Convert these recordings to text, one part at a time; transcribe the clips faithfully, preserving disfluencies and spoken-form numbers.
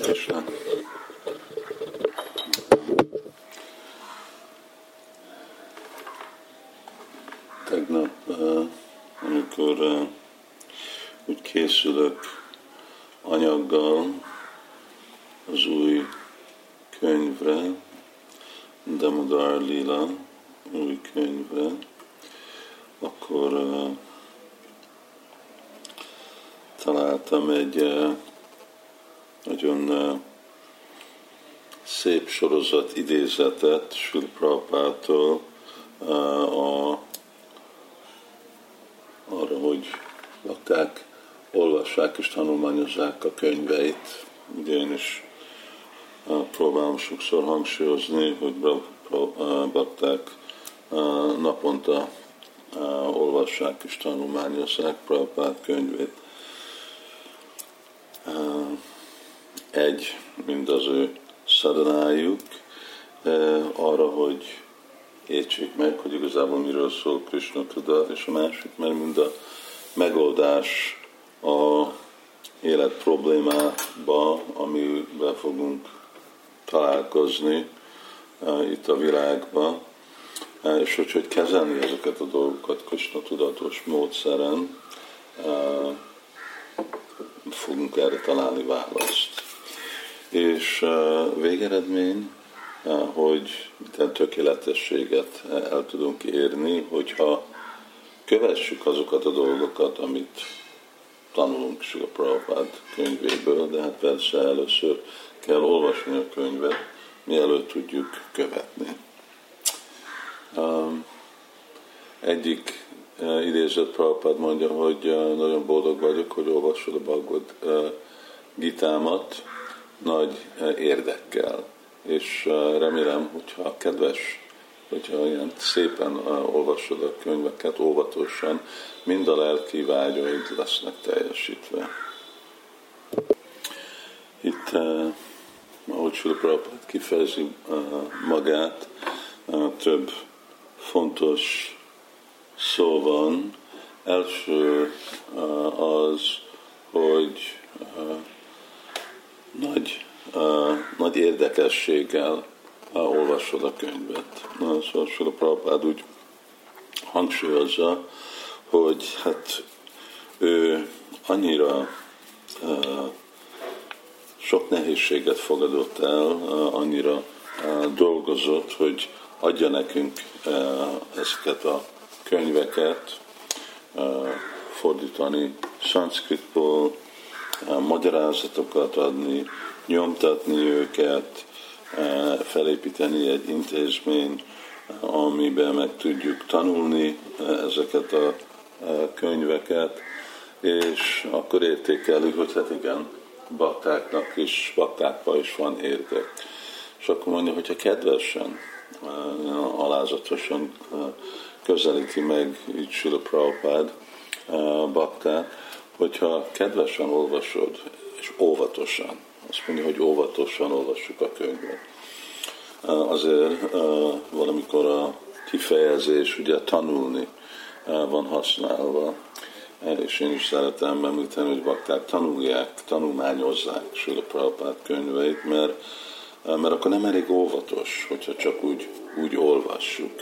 Krishna. Tegnap, amikor úgy készülök anyaggal az új könyvre, Damodar Lila új könyvre, akkor uh, találtam egy uh, nagyon uh, szép sorozat idézetet Srila Prabhupától uh, a, arra, hogy lakták, olvassák és tanulmányozzák a könyveit. Ugye én is uh, próbálom sokszor hangsúlyozni, hogy bakták uh, naponta uh, olvassák és tanulmányozzák Prabhupád könyvét. Uh, egy, mind az ő szadanájuk uh, arra, hogy értsék meg, hogy igazából miről szól Krishna tudat, és a másik, mert mind a megoldás a élet problémába, amivel fogunk találkozni uh, itt a világban, uh, és hogy, hogy kezelni ezeket a dolgokat Krishna tudatos módszeren, uh, fogunk erre találni választ. És uh, végeredmény, uh, hogy minden tökéletességet el tudunk érni, hogyha kövessük azokat a dolgokat, amit tanulunk Srila Prabhupád könyvéből, de hát persze először kell olvasni a könyvet, mielőtt tudjuk követni. Um, egyik uh, idézett Prabhupád mondja, hogy uh, nagyon boldog vagyok, hogy olvasod a Bhagavad uh, Gitámat nagy uh, érdekkel, és uh, remélem, hogyha kedves, hogyha ilyen szépen uh, olvasod a könyveket óvatosan, mind a lelki vágyaid lesznek teljesítve. Itt, uh, ahogy Srila Prabhupád kifejezi uh, magát, uh, több fontos szó van. Első uh, az, hogy uh, nagy, uh, nagy érdekességgel uh, olvasod a könyvet. Uh, szóval Srila Prabhupád úgy hangsúlyozza, hogy hát ő annyira uh, sok nehézséget fogadott el, uh, annyira uh, dolgozott, hogy adja nekünk uh, ezeket a könyveket, uh, fordítani szanszkritból, uh, magyarázatokat adni, nyomtatni őket, uh, felépíteni egy intézmény, uh, amiben meg tudjuk tanulni uh, ezeket a uh, könyveket, és akkor értékelünk, hogy hát igen, baktáknak is, baktákban is van érdek. És akkor mondja, hogyha kedvesen, uh, alázatosan uh, közelíti meg így Srila Prabhupád uh, baktát, hogyha kedvesen olvasod, és óvatosan, azt mondja, hogy óvatosan olvassuk a könyvet. Uh, azért uh, valamikor a kifejezés, ugye tanulni uh, van használva, és én is szeretem említeni, hogy bakták tanulják, tanulmányozzák Srila Prabhupád könyveit, mert, mert akkor nem elég óvatos, hogyha csak úgy, úgy olvassuk.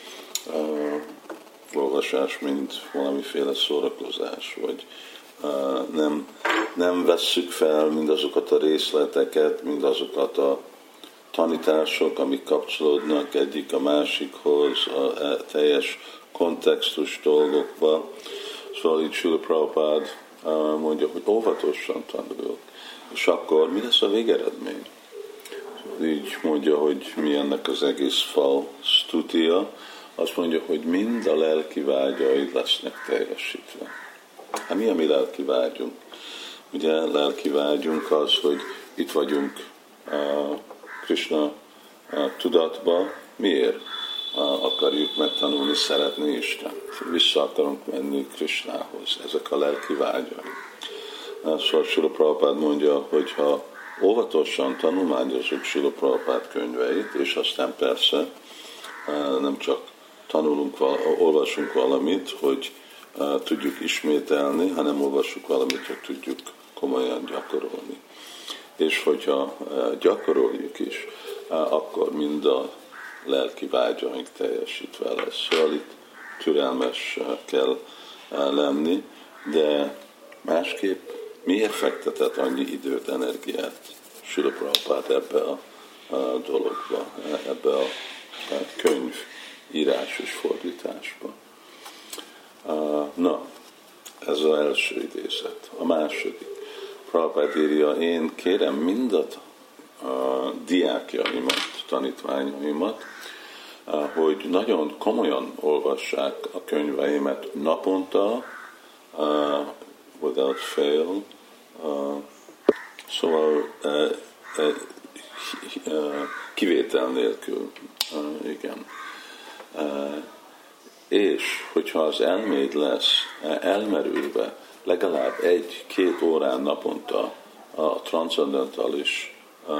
Uh, olvasás, mint valamiféle szórakozás, vagy uh, nem, nem vesszük fel mindazokat a részleteket, mindazokat a tanítások, amik kapcsolódnak egyik a másikhoz, a, a teljes kontextus dolgokba. Szóval így Srila Prabhupád uh, mondja, hogy óvatosan tanuljuk. És akkor mi lesz a végeredmény? Szóval így mondja, hogy mi ennek az egész fal studia. Azt mondja, hogy mind a lelki vágyaid lesznek teljesítve. Hát mi a mi lelki vágyunk? Ugye lelki vágyunk az, hogy itt vagyunk uh, Krishna uh, tudatba. Miért? Uh, akarjuk megtanulni, szeretni Isten. Vissza akarunk menni Krishnához. Ezek a lelki vágyai. Uh, szóval Srila Prabhupád mondja, hogy ha óvatosan tanulmányozzuk Srila Prabhupád könyveit, és aztán persze uh, nem csak tanulunk, olvasunk valamit, hogy uh, tudjuk ismételni, hanem olvassuk valamit, hogy tudjuk komolyan gyakorolni. és hogyha gyakoroljuk is, akkor mind a lelki vágyaink teljesítve lesz. Szóval itt türelmes kell lenni, de másképp miért fektetett annyi időt, energiát Srila Prabhupád ebbe a, a dologba, ebbe a, a könyv írás és fordításba? Na, ez az első idézet. A második. Prabhupád írja, én kérem mindat a diákjaimat, tanítványaimat, hogy nagyon komolyan olvassák a könyveimet naponta, uh, without fail, uh, szóval uh, uh, uh, kivétel nélkül, uh, igen. Uh, és hogyha az elméd lesz uh, elmerülve, legalább egy-két órán naponta a transzendentális uh,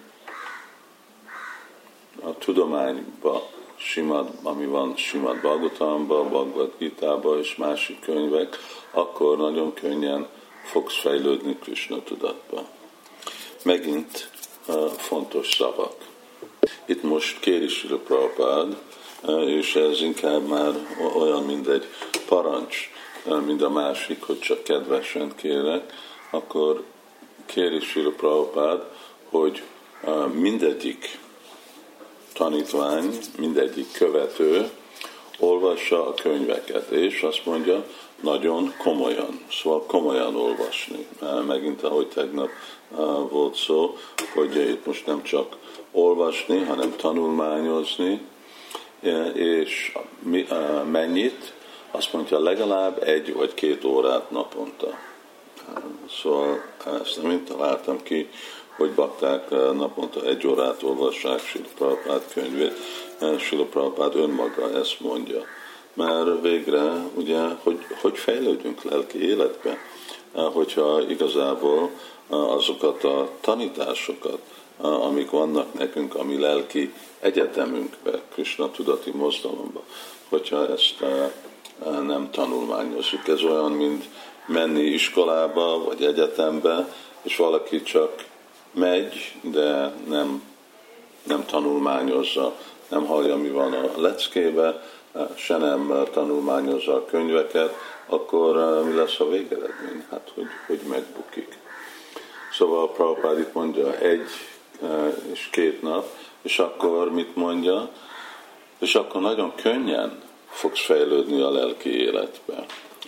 a tudományba, simad, ami van Simad Bhagavatamban, Bhagavad Gitában és másik könyvek, akkor nagyon könnyen fogsz fejlődni Krishna tudatba. Megint uh, fontos szavak. Itt most kéri Srila Prabhupád, uh, és ez inkább már olyan, mint egy parancs, uh, mint a másik, hogy csak kedvesen kérek, akkor kéri Srila Prabhupád, hogy uh, mindegyik tanítvány, mindegyik követő olvassa a könyveket, és azt mondja, nagyon komolyan, szóval komolyan olvasni. Megint, ahogy tegnap volt szó, hogy itt most nem csak olvasni, hanem tanulmányozni, és mennyit? Azt mondja, legalább egy vagy két órát naponta. Szóval ezt nem én találtam ki, hogy bakták naponta egy órát olvassák Srila Prabhupád könyvét. Srila Prabhupád önmaga ezt mondja. Mert végre, ugye, hogy, hogy fejlődünk lelki életbe, hogyha igazából azokat a tanításokat, amik vannak nekünk, ami lelki egyetemünkbe, Krishna tudati mozdalomba, hogyha ezt nem tanulmányozzuk. Ez olyan, mint menni iskolába, vagy egyetembe, és valaki csak megy, de nem, nem tanulmányozza, nem hallja, mi van a leckébe, se nem tanulmányozza a könyveket, akkor mi lesz a végeredmény? Hát, hogy, hogy megbukik. Szóval a Prabhupád itt mondja egy és két nap, és akkor mit mondja? És akkor nagyon könnyen fogsz fejlődni a lelki életbe.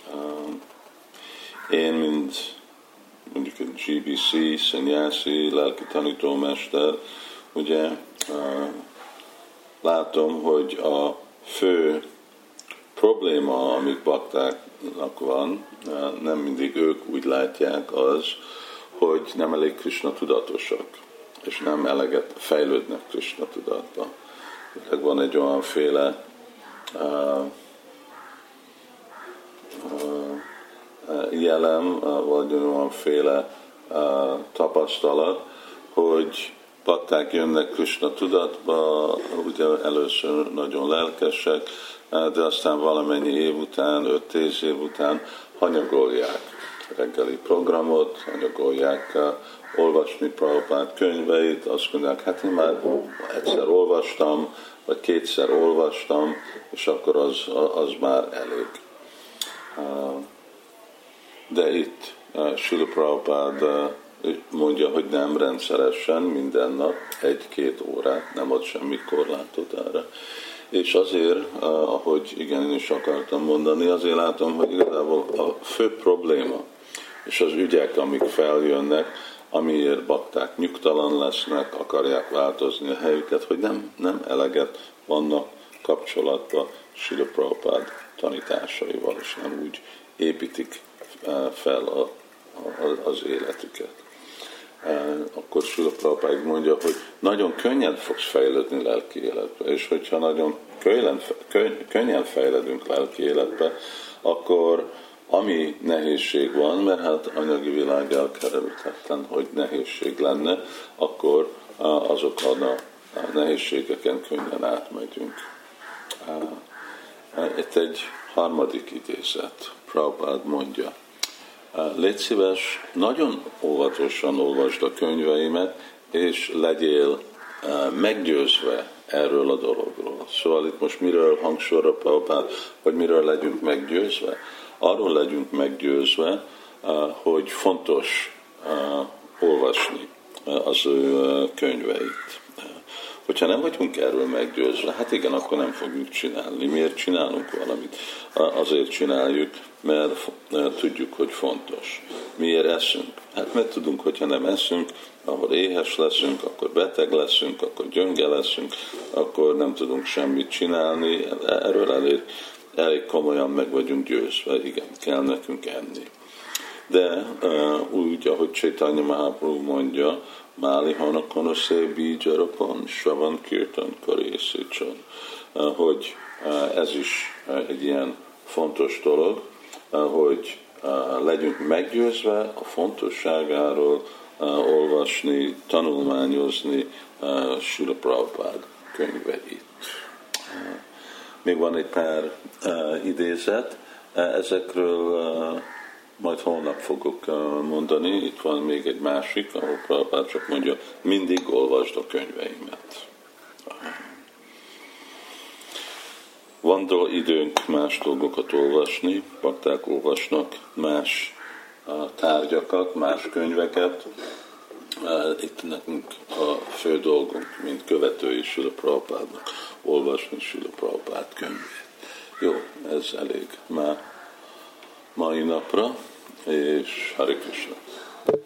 Én, mint mondjuk a gé bé cé, szennyászi, lelki tanítómester, ugye látom, hogy a fő probléma, amik baktáknak van, nem mindig ők úgy látják az, hogy nem elég Krishna tudatosak, és nem eleget fejlődnek Krishna tudatba. Van egy olyan féle uh, uh, jelem, vagy olyanféle tapasztalat, hogy bakták jönnek Krishna tudatba, ugye először nagyon lelkesek, de aztán valamennyi év után, öt-tíz év után hanyagolják reggeli programot, hanyagolják olvasni Prabhupád könyveit, azt mondják, hát én már egyszer olvastam, vagy kétszer olvastam, és akkor az, az már elég. De itt Srila Prabhupád mondja, hogy nem rendszeresen, minden nap, egy-két órát, nem ad semmi korlátot erre. És azért, ahogy igen, én is akartam mondani, azért látom, hogy igazából a fő probléma, és az ügyek, amik feljönnek, amiért bakták nyugtalan lesznek, akarják változni a helyüket, hogy nem, nem eleget vannak kapcsolatban Srila Prabhupád tanításaival, és nem úgy építik fel a, a, az életüket. Akkor Srila Prabhupád mondja, hogy nagyon könnyen fogsz fejlődni lelki életbe, és hogyha nagyon könnyen, könnyen fejledünk lelki életbe, akkor ami nehézség van, mert hát anyagi világ elkerülhetetlen, hogy nehézség lenne, akkor azokon a nehézségeken könnyen átmegyünk. Itt egy harmadik idézet. Prabhupád mondja, légy szíves, nagyon óvatosan olvasd a könyveimet, és legyél meggyőzve erről a dologról. Szóval itt most miről hangsúlyra Prabhupád, hogy miről legyünk meggyőzve? Arról legyünk meggyőzve, hogy fontos olvasni az ő könyveit. Hogyha nem vagyunk erről meggyőzve, hát igen, akkor nem fogjuk csinálni. Miért csinálunk valamit? Azért csináljuk, mert tudjuk, hogy fontos. Miért eszünk? Hát mert tudunk, hogyha nem eszünk, ahol éhes leszünk, akkor beteg leszünk, akkor gyönge leszünk, akkor nem tudunk semmit csinálni. Erről elég, elég komolyan meg vagyunk győzve. Igen, kell nekünk enni. De uh, úgy, ahogy Chaitanya Mahaprabhu mondja, Máli Hanakonoszé Bíjarapon, Savan Kirtan Karészicson, uh, hogy uh, ez is uh, egy ilyen fontos dolog, uh, hogy uh, legyünk meggyőzve a fontosságáról uh, olvasni, tanulmányozni uh, Srila Prabhupád könyveit. Uh, még van egy pár uh, idézet, uh, ezekről uh, majd holnap fogok mondani. Itt van még egy másik, ahol Prabhupád csak mondja, mindig olvasd a könyveimet. Van do időnk más dolgokat olvasni, bakták olvasnak más tárgyakat, más könyveket. Itt nekünk a fő dolgunk, mint követői Srila Prabhupádnak, olvasni Srila Prabhupád könyvét. Jó, ez elég már mai napra, és Hare Krishna.